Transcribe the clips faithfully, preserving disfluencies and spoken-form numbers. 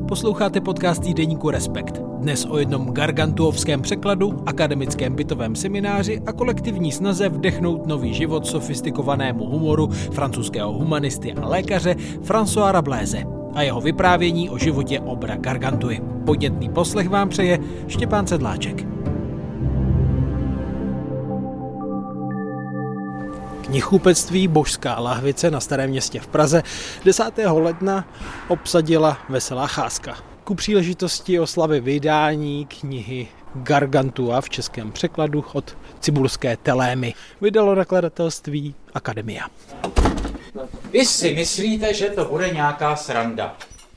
Posloucháte podcast týdeníku Respekt. Dnes o jednom gargantuovském překladu, akademickém bytovém semináři a kolektivní snaze vdechnout nový život sofistikovanému humoru francouzského humanisty a lékaře Françoise Rabelaise a jeho vyprávění o životě obra Gargantuy. Podnětný poslech vám přeje Štěpán Sedláček. Knihkupectví Božská lahvice na Starém Městě v Praze desátého ledna obsadila Veselá cházka. Ku příležitosti oslavy vydání knihy Gargantua v českém překladu od Cibulské Telémy vydalo nakladatelství Akademia. Vy si myslíte, že to bude nějaká sranda?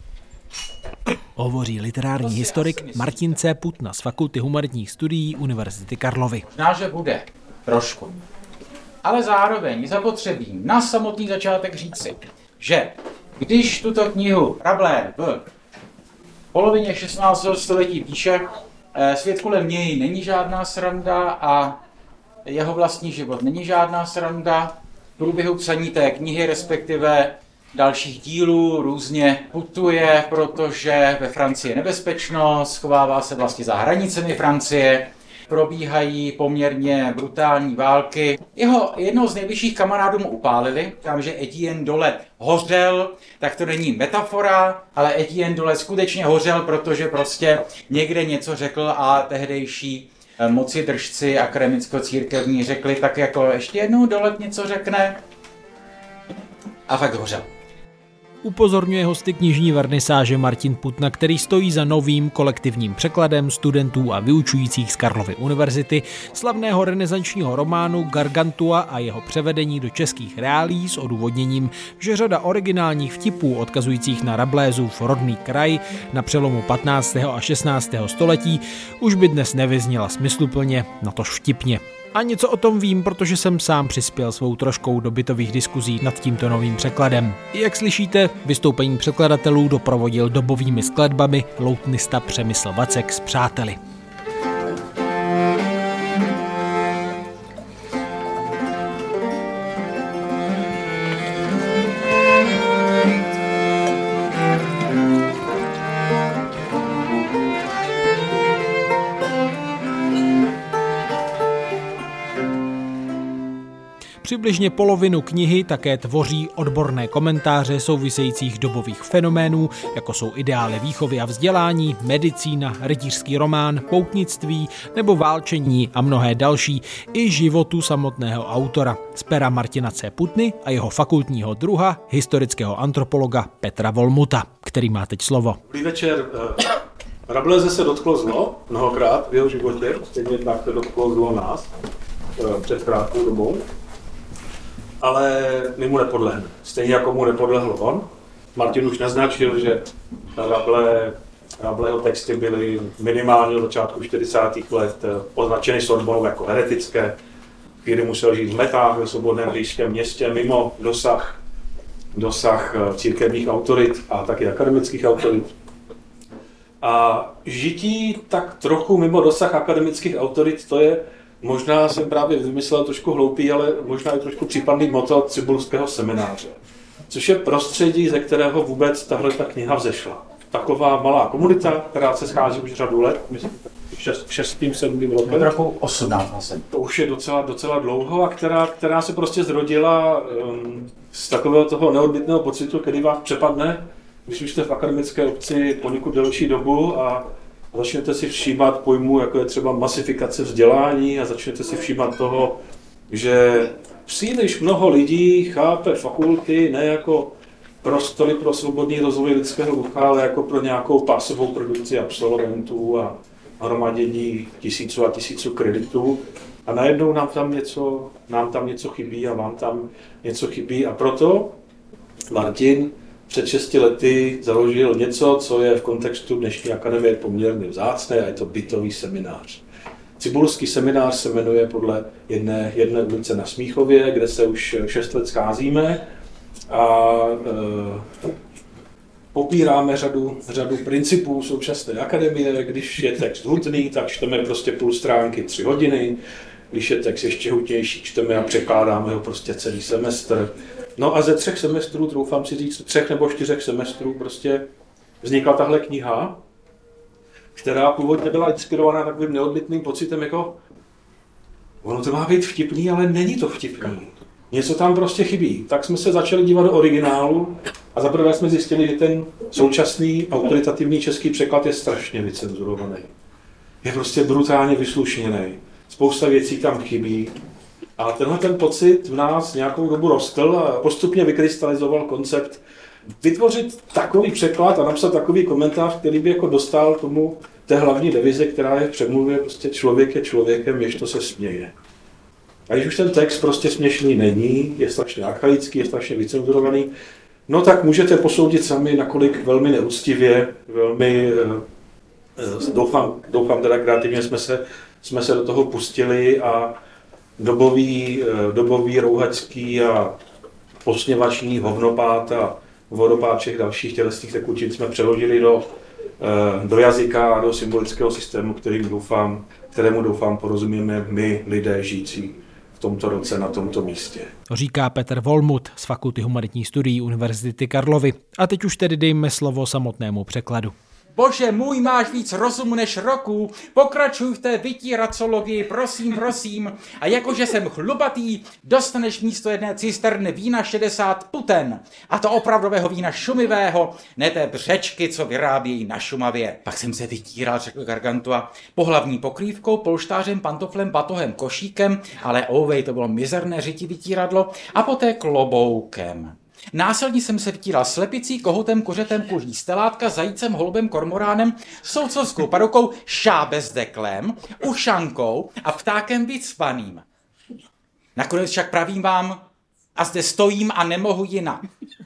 Hovoří literární historik Martin C. Putna z Fakulty humanitních studií Univerzity Karlovy. Možná, že bude. Trošku. Ale zároveň zapotřebí na samotný začátek říci, že když tuto knihu Rabelais v polovině šestnáctého století píše, svět kolem něj není žádná sranda a jeho vlastní život není žádná sranda. V průběhu psaní té knihy, respektive dalších dílů, různě putuje, protože ve Francii je nebezpečno, schovává se vlastně za hranicemi Francie, probíhají poměrně brutální války. Jeho jednoho z nejbližších kamarádů mu upálili, tam, že Etienne Dolet hořel, tak to není metafora, ale Etienne Dolet skutečně hořel, protože prostě někde něco řekl a tehdejší moci držci akademicko-církevní řekli, tak jako ještě jednou Dolet něco řekne a fakt hořel. Upozorňuje hosty knižní vernisáže Martin Putna, který stojí za novým kolektivním překladem studentů a vyučujících z Karlovy univerzity slavného renesančního románu Gargantua a jeho převedení do českých reálií s odůvodněním, že řada originálních vtipů odkazujících na Rabelaisův rodný kraj na přelomu patnáctého a šestnáctého století už by dnes nevyzněla smysluplně, natož vtipně. A něco o tom vím, protože jsem sám přispěl svou troškou do bytových diskuzí nad tímto novým překladem. Jak slyšíte, vystoupení překladatelů doprovodil dobovými skladbami loutnista Přemysl Vacek s přáteli. Přibližně polovinu knihy také tvoří odborné komentáře souvisejících dobových fenoménů, jako jsou ideály výchovy a vzdělání, medicína, rytířský román, poutnictví nebo válčení a mnohé další, i životu samotného autora z pera Martina C. Putny a jeho fakultního druha, historického antropologa Petra Volmuta, který má teď slovo. Dobrý večer. Rabelaise se dotklo zlo mnohokrát v jeho životě, stejně tak se dotklo zlo nás před krátkou dobou. Ale my mu nepodlehneme. Stejně jako mu nepodlehl on. Martin už naznačil, že Rabelais, Rabelaisjeho texty byly minimálně od začátku čtyřicátých let označeny Sorbonou jako heretické, kdy musel žít v Metách ve svobodném blízkém městě mimo dosah, dosah církevních autorit a taky akademických autorit. A žití tak trochu mimo dosah akademických autorit, to je možná jsem právě vymyslel trošku hloupý, ale možná i trošku případný motto Cibulského semináře, což je prostředí, ze kterého vůbec tahle ta kniha vzešla. Taková malá komunita, která se schází už řadu let, myslím, v šestém, sedmém roce. Od roku osmnáct. To už je docela, docela dlouho a která, která se prostě zrodila um, z takového toho neodbytného pocitu, který vás přepadne, když už jste v akademické obci poněkud delší dobu a začnete si všímat pojmu, jako je třeba masifikace vzdělání a začnete si všímat toho, že příliš mnoho lidí chápe fakulty ne jako prostory pro svobodný rozvoj lidského ducha, ale jako pro nějakou pásovou produkci absolventů a hromadění tisíců a tisíců kreditů. A najednou nám tam něco, nám tam něco chybí a vám tam něco chybí. A proto Martin před šesti lety založil něco, co je v kontextu dnešní akademie poměrně vzácné, a je to bytový seminář. Cibulský seminář se jmenuje podle jedné, jedné ulice na Smíchově, kde se už šest let scházíme a e, popíráme řadu, řadu principů současné akademie. Když je text hutný, tak čteme prostě půl stránky, tři hodiny. Když je text ještě hutnější, čteme a překládáme ho prostě celý semestr. No a ze třech semestrů, troufám si říct, třech nebo čtyřech semestrů prostě vznikla tahle kniha, která původně byla inspirovaná takovým neodbytným pocitem, jako ono to má být vtipný, ale není to vtipný. Něco tam prostě chybí. Tak jsme se začali dívat do originálu a zaprvé jsme zjistili, že ten současný autoritativní český překlad je strašně vycenzurovaný. Je prostě brutálně vyslušněný. Spousta věcí tam chybí. A tenhle ten pocit v nás nějakou dobu rostl a postupně vykrystalizoval koncept vytvořit takový překlad a napsat takový komentář, který by jako dostal tomu té hlavní devize, která je v přemluvě, prostě člověk je člověkem, jež to se směje. A když už ten text prostě směšný není, je strašně archaický, je strašně vycenzurovaný, no tak můžete posoudit sami, nakolik velmi neúctivě, velmi, doufám, doufám teda kreativně jsme se, jsme se do toho pustili a dobový, dobový rouhačský a posměvačný hovnopát a vodopád všech dalších tělesných tekutin jsme přeložili do, do jazyka a do symbolického systému, kterým doufám, kterému doufám porozumíme my, lidé žijící v tomto roce na tomto místě. Říká Petr Volmut z Fakulty humanitních studií Univerzity Karlovy. A teď už tedy dejme slovo samotnému překladu. Bože můj, máš víc rozumu než roku, pokračuj v té vytíracologii, prosím, prosím. A jakože jsem chlubatý, dostaneš místo jedné cisterny vína šedesát puten. A to opravdového vína šumivého, ne té břečky, co vyrábějí na Šumavě. Pak jsem se vytíral, řekl Gargantua, pohlavní pokrývkou, polštářem, pantoflem, batohem, košíkem, ale ouvej, to bylo mizerné řiti vytíradlo, a poté kloboukem. Následně jsem se vytíral slepicí, kohutem, kořetem, kuží stelátka, zajícem, holubem, kormoránem, soucovskou padokou, šábezdeklem, ušankou a ptákem vycpaným. Nakonec však pravím vám, a zde stojím a nemohu jinak.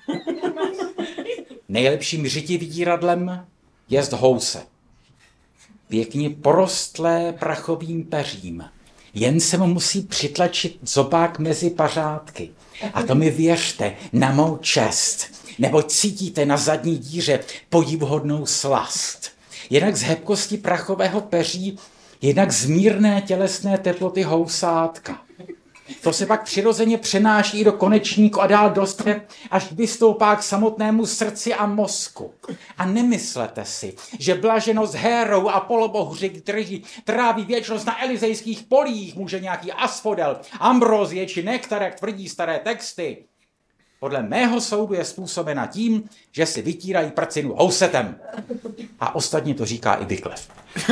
Nejlepším řiti vytíradlem jest house. Pěkně porostlé prachovým peřím. Jen se mu musí přitlačit zobák mezi pařádky. A to mi věřte, na mou čest, neboť cítíte na zadní díře podivuhodnou slast. Jednak z hebkosti prachového peří, jednak z mírné tělesné teploty housátka. To se pak přirozeně přenáší i do konečníku a dál do střed, až vystoupá k samotnému srdci a mozku. A nemyslete si, že blaženost Hérou a polobohři, kteří tráví věčnost na elizejských polích, může nějaký Asfodel, Ambrozie či Nektar, jak tvrdí staré texty. Podle mého soudu je způsobena tím, že si vytírají prcinu housetem. A ostatně to říká i Wycliffe.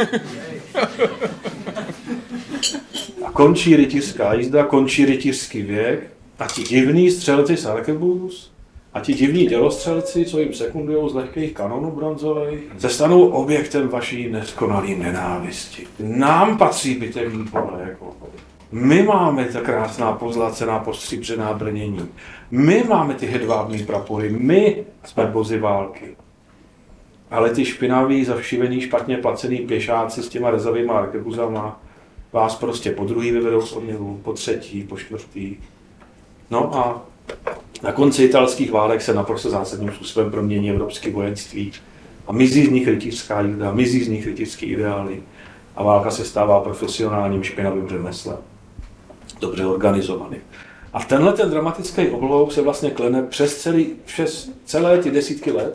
A končí rytířská jízda, končí rytířský věk a ti divní střelci z Arkebus a ti divní dělostřelci, co jim sekundujou z lehkých kanonů bronzových, se stanou objektem vaší neskonalý nenávisti. Nám patří bitevní pole, jako my máme ta krásná pozlacená postříbřená brnění, my máme ty hedvábní prapory, my jsme bozy války. Ale ty špinaví, zavšivený, špatně placený pěšáci s těma rezavýma arkebuzama vás prostě po druhý vyvedou z odměvu, po třetí, po čtvrtý. No a na konci italských válek se naprosto zásadním způsobem promění evropské vojenství a mizí z nich rytířská jízda, mizí z nich rytířské ideály a válka se stává profesionálním špinavým řemeslem, dobře organizovaným. A tenhle ten dramatický oblouk se vlastně klene přes, celý, přes celé ty desítky let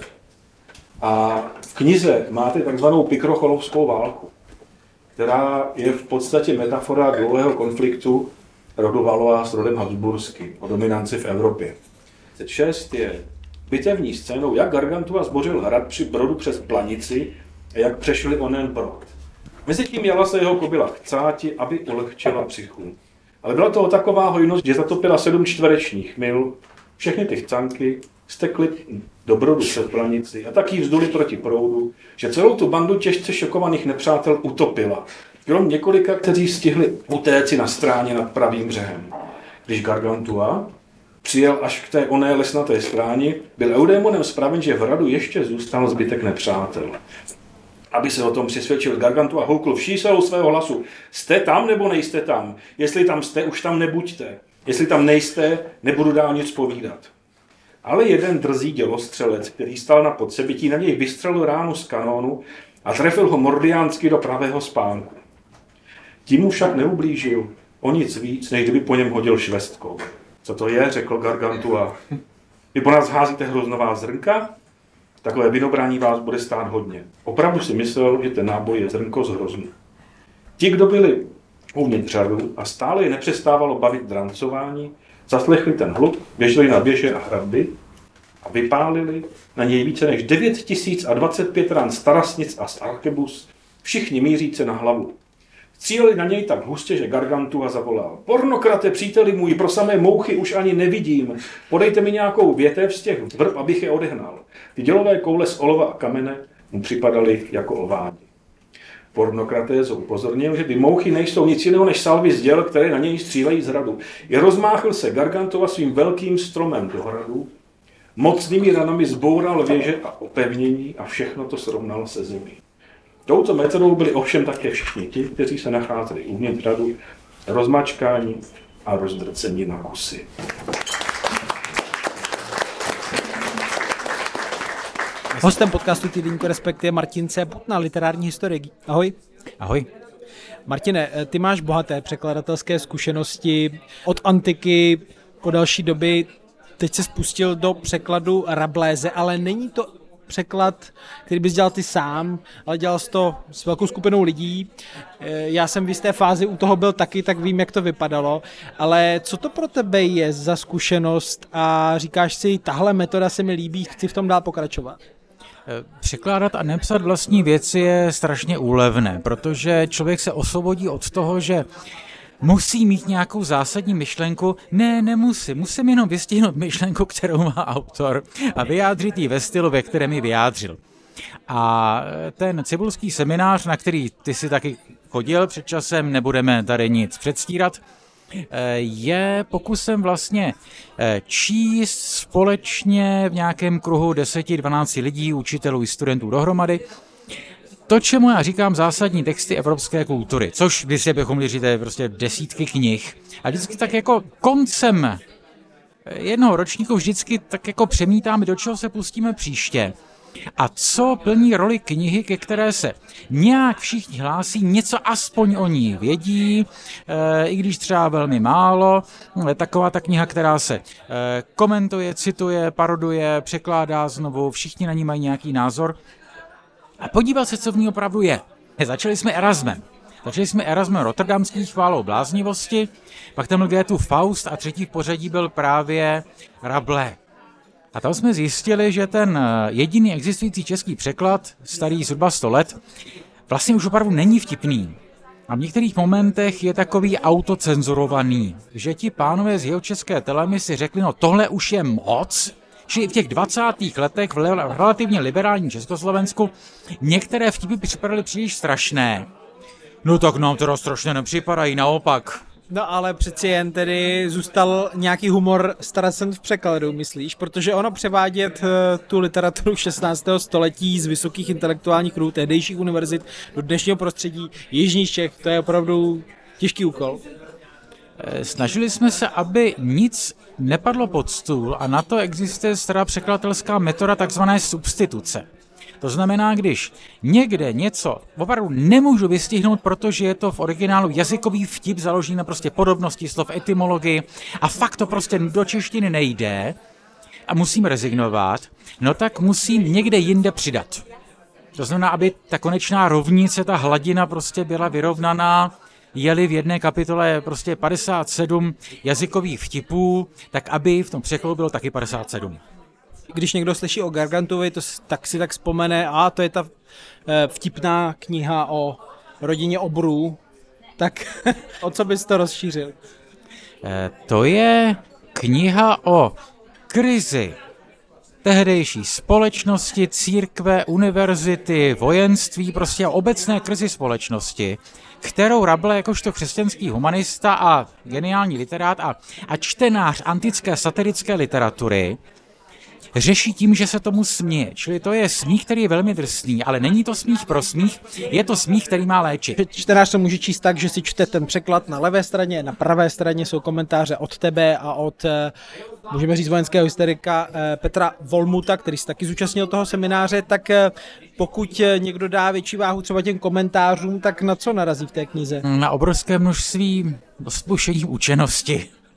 a v knize máte takzvanou pikrocholovskou válku, která je v podstatě metafora dlouhého konfliktu rodu Valois s rodem Habsburským o dominanci v Evropě. třicet šest je bitevní scénou, jak Gargantua zbořil hrad při brodu přes Planici a jak přešli onen brod. Mezitím jala se jeho kobyla chcáti, aby ulehčila psychu. Ale byla to taková hojnost, že zatopila sedm čtverečních mil, všechny ty chcanky stekly do brodu přes Planici a tak jí vzduli proti proudu, že celou tu bandu těžce šokovaných nepřátel utopila. Krom několika, kteří stihli utéci na stráně nad pravým břehem. Když Gargantua přijel až k té oné lesnaté stráni, byl Eudémonem zpraven, že v hradu ještě zůstal zbytek nepřátel. Aby se o tom přesvědčil, Gargantua houkl vší silou svého hlasu. Jste tam nebo nejste tam? Jestli tam jste, už tam nebuďte. Jestli tam nejste, nebudu dál nic povídat. Ale jeden drzý dělostřelec, který stál na podsebytí, na něj vystřelil ránu z kanónu a trefil ho mordiánsky do pravého spánku. Tím mu však neublížil o nic víc, než kdyby po něm hodil švestkou. Co to je, řekl Gargantua. Vy po nás házíte hroznová zrnka? Takové vinobrání vás bude stát hodně. Opravdu si myslel, že ten náboj je zrnko z hroznu. Ti, kdo byli uvnitř řadu a stále je nepřestávalo bavit drancování, zaslechli ten hluk, běželi na běže a hradby a vypálili na něj více než devět tisíc dvacet pět ran starasnic a arkebus, všichni míříce na hlavu. Cílili na něj tak hustě, že Gargantua zavolal: Pornokrate, příteli můj, pro samé mouchy už ani nevidím. Podejte mi nějakou větev z těch vrb, abych je odehnal. Ty dělové koule z olova a kamene mu připadaly jako ovádi. Pornokrates ho upozornil, že ty mouchy nejsou nic jiného než salvy z děl, které na něj střílejí z hradu. I rozmáchl se Gargantua svým velkým stromem do hradu, mocnými ranami zboural věže a opevnění a všechno to srovnal se zemí. Touto metodou byli ovšem také všichni ti, kteří se nacházeli uvnitř hradu, rozmačkáni a rozdrceni na kusy. Hostem podcastu Týdeníku Respekt je Martin C. Putna, literární historik. Ahoj. Ahoj. Martine, ty máš bohaté překladatelské zkušenosti od antiky po další doby. Teď se spustil do překladu Rabléze, ale není to překlad, který bys dělal ty sám, ale dělal jsi to s velkou skupinou lidí. Já jsem v jisté fázi u toho byl taky, tak vím, jak to vypadalo, ale co to pro tebe je za zkušenost a říkáš si, tahle metoda se mi líbí, chci v tom dál pokračovat? Překládat a nepsat vlastní věci je strašně úlevné, protože člověk se osvobodí od toho, že musí mít nějakou zásadní myšlenku. Ne, nemusí. Musím jenom vystihnout myšlenku, kterou má autor a vyjádřit ji ve stylu, ve kterém ji vyjádřil. A ten cibulský seminář, na který ty si taky chodil před časem, nebudeme tady nic předstírat, je pokusem vlastně číst společně v nějakém kruhu deset dvanáct lidí, učitelů i studentů dohromady, to, čemu já říkám zásadní texty evropské kultury, což když si bychom měli říct, je prostě desítky knih. A vždycky tak jako koncem jednoho ročníku vždycky tak jako přemítáme, do čeho se pustíme příště. A co plní roli knihy, ke které se nějak všichni hlásí, něco aspoň o ní vědí, e, i když třeba velmi málo. Taková ta kniha, která se e, komentuje, cituje, paroduje, překládá znovu, všichni na ní mají nějaký názor. A podívat se, co v ní opravdu je. Začali jsme Erasmem. Začali jsme Erasmem rotterdamský chválou bláznivosti, pak tam byl Goethův Faust a třetí v pořadí byl právě Rabelais. A tam jsme zjistili, že ten jediný existující český překlad, starý zhruba sto let, vlastně už opravdu není vtipný. A v některých momentech je takový autocenzurovaný, že ti pánové z jihočeské Telemy si řekli, no tohle už je moc. Čili v těch dvacátých letech v relativně liberálním Československu některé vtipy připadaly příliš strašné. No tak nám teda strašně nepřipadají, naopak. No ale přeci jen tedy zůstal nějaký humor staracen v překladu, myslíš? Protože ono převádět tu literaturu šestnáctého století z vysokých intelektuálních kruhů tehdejších univerzit do dnešního prostředí jižních Čech, to je opravdu těžký úkol. Snažili jsme se, aby nic nepadlo pod stůl a na to existuje stará překladatelská metoda takzvané substituce. To znamená, když někde něco opravdu nemůžu vystihnout, protože je to v originálu jazykový vtip založený na prostě podobnosti slov, etymologii a fakt to prostě do češtiny nejde a musím rezignovat, no tak musím někde jinde přidat. To znamená, aby ta konečná rovnice, ta hladina prostě byla vyrovnaná, jeli v jedné kapitole prostě padesát sedm jazykových vtipů, tak aby v tom překladu bylo taky padesát sedm. Když někdo slyší o Gargantuovi, to tak si tak vzpomene, a to je ta vtipná kniha o rodině obrů, tak o co bys to rozšířil? To je kniha o krizi tehdejší společnosti, církve, univerzity, vojenství, prostě o obecné krizi společnosti, kterou Rabelais jakožto křesťanský humanista a geniální literát a, a čtenář antické satirické literatury řeší tím, že se tomu směje. Čili to je smích, který je velmi drsný, ale není to smích pro smích, je to smích, který má léčit. Čtenář to může číst tak, že si čte ten překlad na levé straně, na pravé straně jsou komentáře od tebe a od, můžeme říct, vojenského historika Petra Volmuta, který se taky zúčastnil toho semináře, tak pokud někdo dá větší váhu třeba těm komentářům, tak na co narazí v té knize? Na obrovské množství spuštění účinnosti.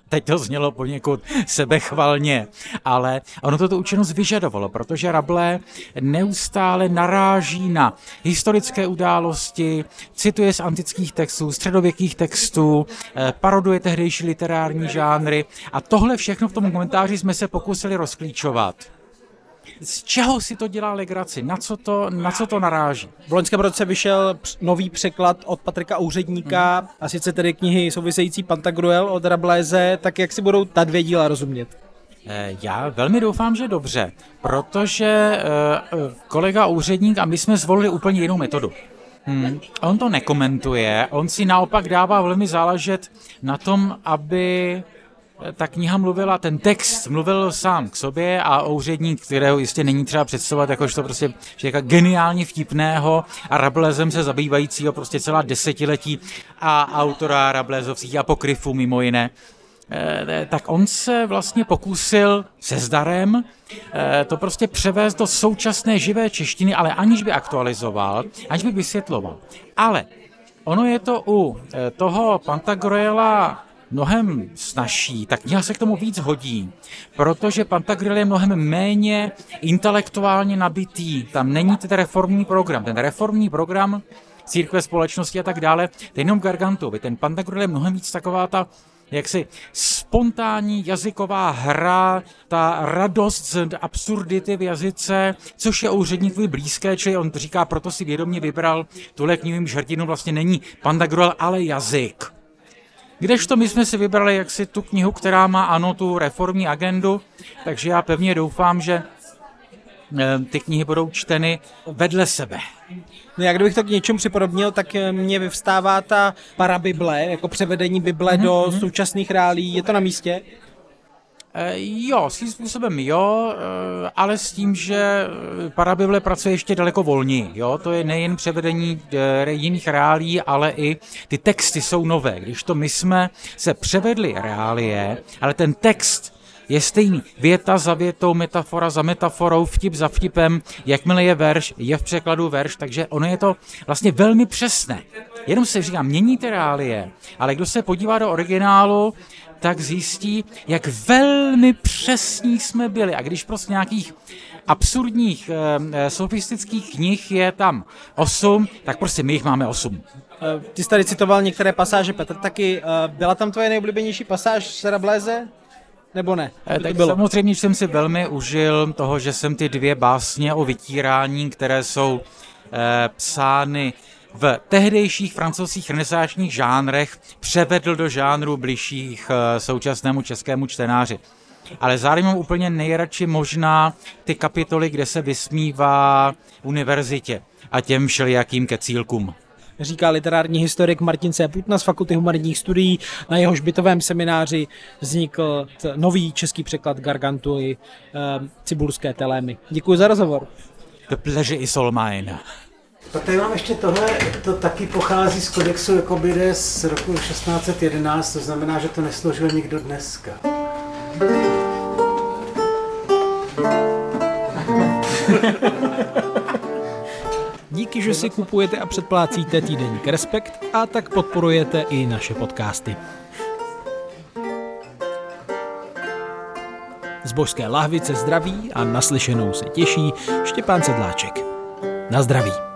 Teď to znělo poněkud sebechvalně, ale ono to tu učenost vyžadovalo, protože Rabelais neustále naráží na historické události, cituje z antických textů, středověkých textů, paroduje tehdejší literární žánry a tohle všechno v tom komentáři jsme se pokusili rozklíčovat. Z čeho si to dělá legraci? Na co to, na co to naráží? V loňském roce vyšel nový překlad od Patrika Úředníka, hmm. a sice tedy knihy související Pantagruel od Rabelaise, tak jak si budou ta dvě díla rozumět? Já velmi doufám, že dobře, protože kolega Úředník a my jsme zvolili úplně jinou metodu. Hmm. On to nekomentuje, on si naopak dává velmi záležet na tom, aby ta kniha mluvila, ten text mluvil sám k sobě a Úředník, kterého jistě není třeba představovat, jakože to prostě člověka geniálně vtipného a Rabelaisem se zabývajícího prostě celá desetiletí a autora Rabelaisovských apokryfů mimo jiné, tak on se vlastně pokusil se zdarem to prostě převést do současné živé češtiny, ale aniž by aktualizoval, aniž by vysvětloval. Ale ono je to u toho Pantagruela mnohem snazší, tak kniha se k tomu víc hodí, protože Pantagruel je mnohem méně intelektuálně nabitý, tam není ten reformní program, ten reformní program církve, společnosti a tak dále, ten jenom Gargantuovi, ten Pantagruel je mnohem víc taková ta jaksi spontánní jazyková hra, ta radost z absurdity v jazyce, což je Úředníkovi blízké, čili on říká, proto si vědomě vybral tuhle knihu, hrdinu vlastně není Pantagruel, ale jazyk. Kdežto my jsme si vybrali jaksi tu knihu, která má ano tu reformní agendu, takže já pevně doufám, že ty knihy budou čteny vedle sebe. No já kdybych to k něčemu připodobnil, tak mně vyvstává ta parabible, jako převedení Bible mm-hmm. do současných reálí. Je to na místě? E, jo, svým způsobem jo, e, ale s tím, že parabible pracuje ještě daleko volněji. Jo? To je nejen převedení e, jiných reálí, ale i ty texty jsou nové. Když to my jsme se převedli reálie, ale ten text je stejný. Věta za větou, metafora za metaforou, vtip za vtipem, jakmile je verš, je v překladu verš, takže ono je to vlastně velmi přesné. Jenom se říkám, měníte reálie, ale kdo se podívá do originálu, tak zjistí, jak velmi přesní jsme byli. A když prostě nějakých absurdních, eh, sofistických knih je tam osm, tak prostě my jich máme osm. Ty jsi tady citoval některé pasáže, Petr, taky byla tam tvoje nejoblíbenější pasáž z Rabelaise? Nebo ne? Tak samozřejmě jsem si velmi užil toho, že jsem ty dvě básně o vytírání, které jsou eh, psány v tehdejších francouzských renesančních žánrech, převedl do žánru bližších eh, současnému českému čtenáři. Ale zároveň mám úplně nejradši možná ty kapitoly, kde se vysmívá univerzitě a těm všelijakým kecílkům. Říká literární historik Martin C. Putna z Fakulty humanitních studií. Na jehož bytovém semináři vznikl nový český překlad Gargantuy, uh, Cibulské telémy. Děkuji za rozhovor. The pleasure is all mine. Pak tady mám ještě tohle, to taky pochází z kodexu Jakobide z roku šestnáct set jedenáct, to znamená, že to nesložil nikdo dneska. Díky, že si kupujete a předplácíte týdeník Respekt a tak podporujete i naše podcasty. Z Božské lahvice zdraví a naslyšenou se těší Štěpán Sedláček. Na zdraví.